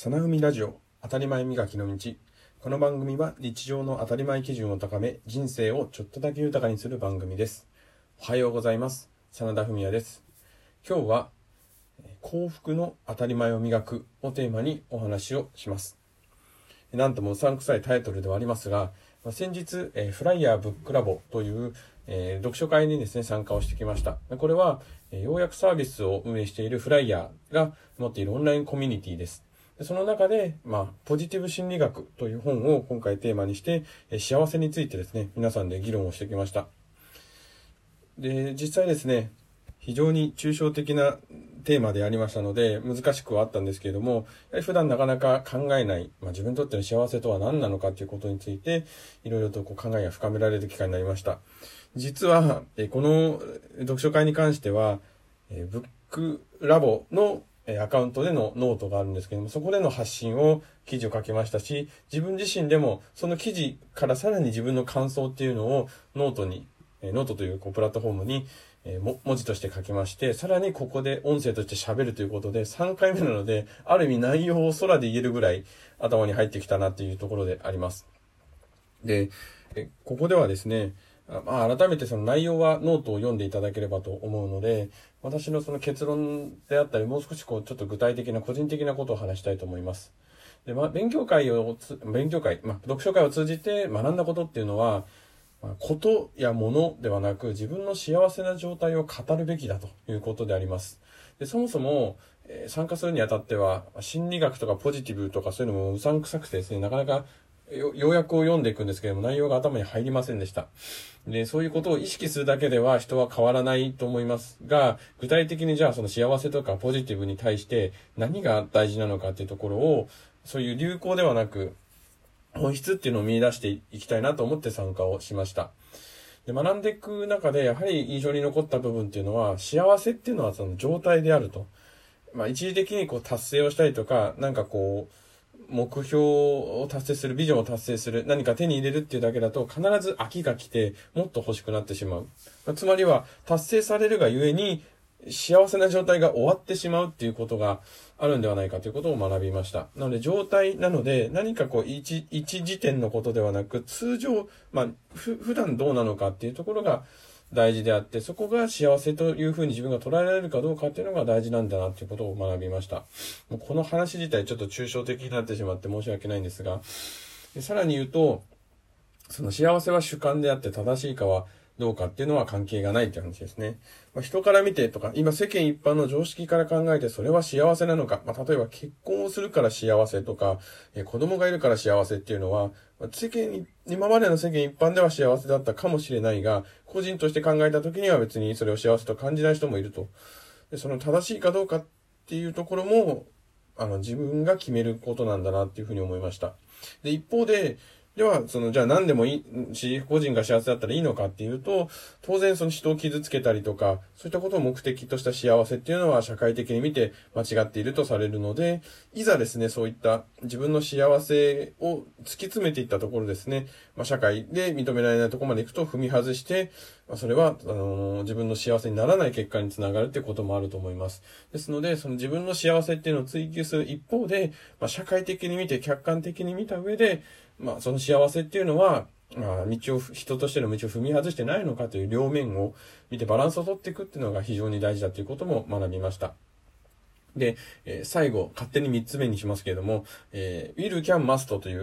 さなふみラジオ当たり前磨きの道。この番組は日常の当たり前基準を高め、人生をちょっとだけ豊かにする番組です。おはようございます。真田文也です。今日は幸福の当たり前を磨くをテーマにお話をします。なんともうさんくさいタイトルではありますが、先日フライヤーブックラボという読書会にですね参加をしてきました。これは要約サービスを運営しているフライヤーが持っているオンラインコミュニティです。その中で、ポジティブ心理学という本を今回テーマにして、幸せについてですね、皆さんで議論をしてきました。で、実際ですね、非常に抽象的なテーマでありましたので、難しくはあったんですけれども、やはり普段なかなか考えない、自分にとっての幸せとは何なのかということについて、いろいろと考えが深められる機会になりました。実は、この読書会に関しては、ブックラボのアカウントでのノートがあるんですけども、そこでの発信を記事を書きましたし、自分自身でもその記事からさらに自分の感想っていうのをノートというプラットフォームに文字として書きまして、さらにここで音声として喋るということで3回目なので、ある意味内容を空で言えるぐらい頭に入ってきたなっていうところであります。で、ここではですね、改めてその内容はノートを読んでいただければと思うので、私のその結論であったり、もう少しちょっと具体的な個人的なことを話したいと思います。で、読書会を通じて学んだことっていうのは、ことやものではなく、自分の幸せな状態を語るべきだということであります。で、そもそも、参加するにあたっては、心理学とかポジティブとかそういうのもうさんくさくてですね、なかなか要約を読んでいくんですけれども、内容が頭に入りませんでした。で、そういうことを意識するだけでは人は変わらないと思いますが、具体的にじゃあその幸せとかポジティブに対して何が大事なのかっていうところを、そういう流行ではなく、本質っていうのを見出していきたいなと思って参加をしました。で、学んでいく中でやはり印象に残った部分っていうのは、幸せっていうのはその状態であると。一時的に達成をしたりとか、目標を達成する、ビジョンを達成する、何か手に入れるっていうだけだと必ず飽きが来て、もっと欲しくなってしまう。つまりは達成されるがゆえに、幸せな状態が終わってしまうっていうことがあるんではないかということを学びました。なので状態なので何か一時点のことではなく、通常、普段どうなのかっていうところが大事であって、そこが幸せというふうに自分が捉えられるかどうかっていうのが大事なんだなっていうことを学びました。もうこの話自体ちょっと抽象的になってしまって申し訳ないんですが、さらに言うと、その幸せは主観であって正しいかはどうかっていうのは関係がないっていう話ですね。人から見てとか、今世間一般の常識から考えてそれは幸せなのか。例えば結婚をするから幸せとか、子供がいるから幸せっていうのは、今までの世間一般では幸せだったかもしれないが、個人として考えた時には別にそれを幸せと感じない人もいると。で、その正しいかどうかっていうところも、自分が決めることなんだなっていうふうに思いました。で、一方で、じゃあ何でもいいし、個人が幸せだったらいいのかっていうと、当然その人を傷つけたりとか、そういったことを目的とした幸せっていうのは社会的に見て間違っているとされるので、いざですね、そういった自分の幸せを突き詰めていったところですね、社会で認められないところまで行くと踏み外して、それは、自分の幸せにならない結果につながるっていうこともあると思います。ですので、その自分の幸せっていうのを追求する一方で、社会的に見て、客観的に見た上で、その幸せっていうのは、人としての道を踏み外してないのかという両面を見てバランスを取っていくっていうのが非常に大事だということも学びました。で、最後、勝手に3つ目にしますけれども、will, can, must という、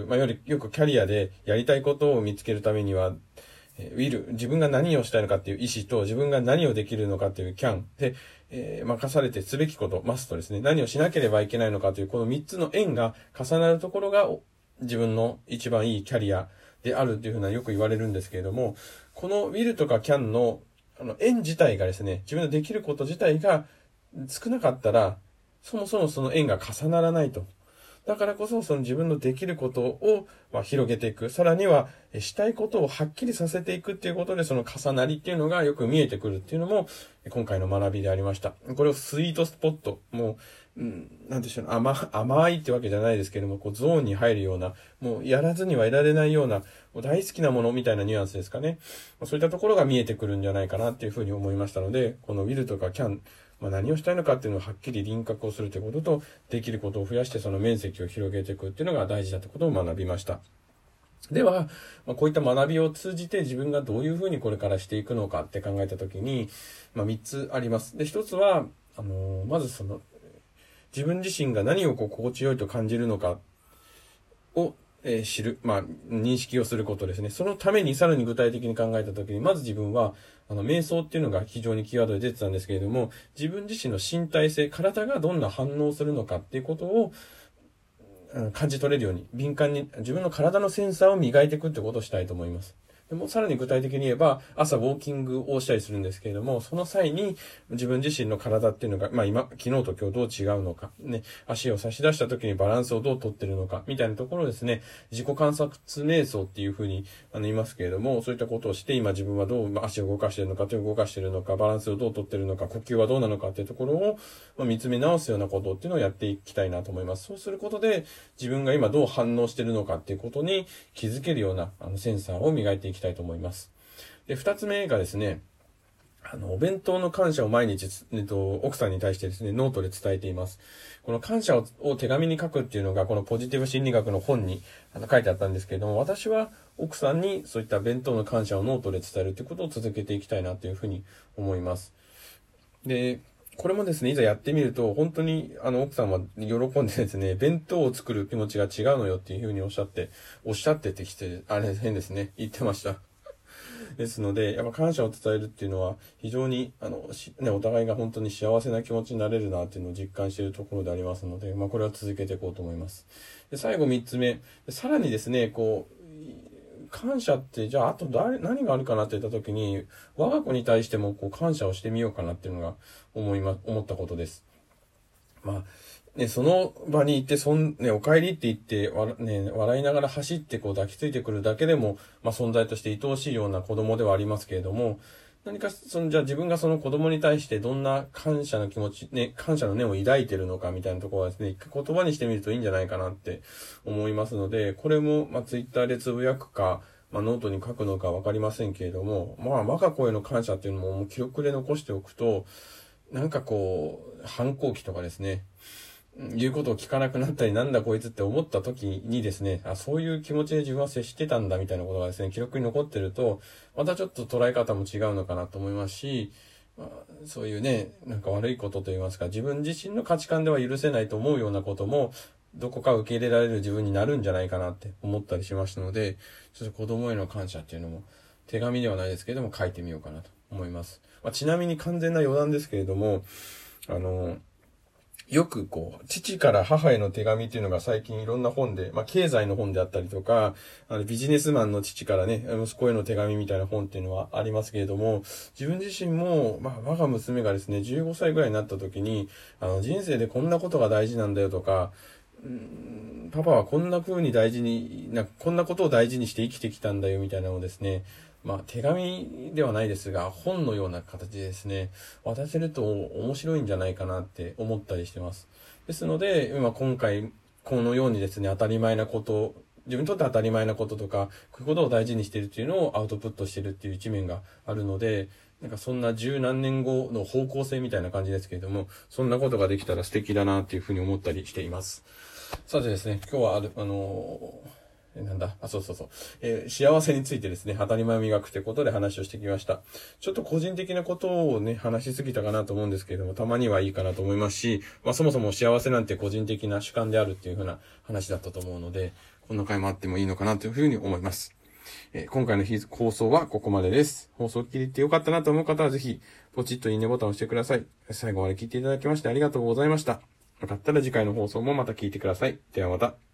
よくキャリアでやりたいことを見つけるためには、will、自分が何をしたいのかっていう意思と、自分が何をできるのかっていう can で、任されてすべきこと、must ですね。何をしなければいけないのかという、この3つの円が重なるところが、自分の一番いいキャリアであるというふうなよく言われるんですけれども、この will とか can の円自体がですね、自分のできること自体が少なかったら、そもそもその円が重ならないと。だからこそその自分のできることを広げていく。さらにはしたいことをはっきりさせていくっていうことで、その重なりっていうのがよく見えてくるっていうのも今回の学びでありました。これをスイートスポット、もう、なんでしょう、甘いってわけじゃないですけども、ゾーンに入るような、もうやらずにはいられないような、大好きなものみたいなニュアンスですかね。そういったところが見えてくるんじゃないかなっていうふうに思いましたので、この will とか can、 何をしたいのかっていうのをはっきり輪郭をするということと、できることを増やしてその面積を広げていくっていうのが大事だということを学びました。では、こういった学びを通じて自分がどういうふうにこれからしていくのかって考えたときに、3つあります。で、1つは、まず自分自身が何を心地よいと感じるのかを、知る、認識をすることですね。そのためにさらに具体的に考えたときに、まず自分は、瞑想っていうのが非常にキーワードで出てたんですけれども、自分自身の身体性、体がどんな反応するのかっていうことを、感じ取れるように、敏感に自分の体のセンサーを磨いていくってことをしたいと思います。でもさらに具体的に言えば、朝ウォーキングをしたりするんですけれども、その際に自分自身の体っていうのが、昨日と今日どう違うのか、ね、足を差し出した時にバランスをどうとってるのか、みたいなところをですね、自己観察瞑想っていうふうに言いますけれども、そういったことをして、今自分はどう足を動かしているのか、手を動かしているのか、バランスをどうとっているのか、呼吸はどうなのかっていうところを、見つめ直すようなことっていうのをやっていきたいなと思います。そうすることで、自分が今どう反応しているのかっていうことに気づけるようなセンサーを磨いていきたいと思います。で、二つ目がですね、お弁当の感謝を毎日、奥さんに対してですね、ノートで伝えています。この感謝を手紙に書くっていうのが、このポジティブ心理学の本に書いてあったんですけれども、私は奥さんにそういった弁当の感謝をノートで伝えるということを続けていきたいなというふうに思います。で、これもですね、いざやってみると、本当に奥さんは喜んでですね、弁当を作る気持ちが違うのよっていうふうにおっしゃっててきて、変ですね、言ってました。ですので、やっぱ感謝を伝えるっていうのは非常に、お互いが本当に幸せな気持ちになれるなっていうのを実感しているところでありますので、これは続けていこうと思います。で、最後3つ目。さらにですね、感謝って、じゃあ、あと何があるかなって言ったときに、我が子に対しても感謝をしてみようかなっていうのが思ったことです。その場に行って、お帰りって言って、笑いながら走って抱きついてくるだけでも、存在として愛おしいような子供ではありますけれども、何かじゃあ自分がその子供に対してどんな感謝の気持ち、感謝の念を抱いているのかみたいなところはですね、一回言葉にしてみるといいんじゃないかなって思いますので、これも、ツイッターでつぶやくか、ノートに書くのかわかりませんけれども、我が子への感謝っていうのも記録で残しておくと、反抗期とかですね、言うことを聞かなくなったり、なんだこいつって思った時にですね、そういう気持ちで自分は接してたんだみたいなことがですね、記録に残ってると、またちょっと捉え方も違うのかなと思いますし、そういうね、悪いことといいますか、自分自身の価値観では許せないと思うようなことも、どこか受け入れられる自分になるんじゃないかなって思ったりしましたので、ちょっと子供への感謝っていうのも、手紙ではないですけれども書いてみようかなと思います。ちなみに完全な余談ですけれども、よく父から母への手紙っていうのが最近いろんな本で、経済の本であったりとか、ビジネスマンの父からね、息子への手紙みたいな本っていうのはありますけれども、自分自身も、我が娘がですね、15歳ぐらいになった時に、人生でこんなことが大事なんだよとか、パパはこんなことを大事にして生きてきたんだよみたいなのをですね、手紙ではないですが、本のような形でですね、渡せると面白いんじゃないかなって思ったりしてます。ですので、今回、このようにですね、当たり前なこと、自分にとって当たり前なこととか、こういうことを大事にしているっていうのをアウトプットしているっていう一面があるので、そんな十何年後の方向性みたいな感じですけれども、そんなことができたら素敵だなっていうふうに思ったりしています。さてですね、今日は幸せについてですね、当たり前を磨くってことで話をしてきました。ちょっと個人的なことをね、話しすぎたかなと思うんですけれども、たまにはいいかなと思いますし、そもそも幸せなんて個人的な主観であるっていうふうな話だったと思うので、こんな回もあってもいいのかなというふうに思います。今回の放送はここまでです。放送を聞いていてよかったなと思う方はぜひ、ポチッといいねボタンを押してください。最後まで聞いていただきましてありがとうございました。よかったら次回の放送もまた聞いてください。ではまた。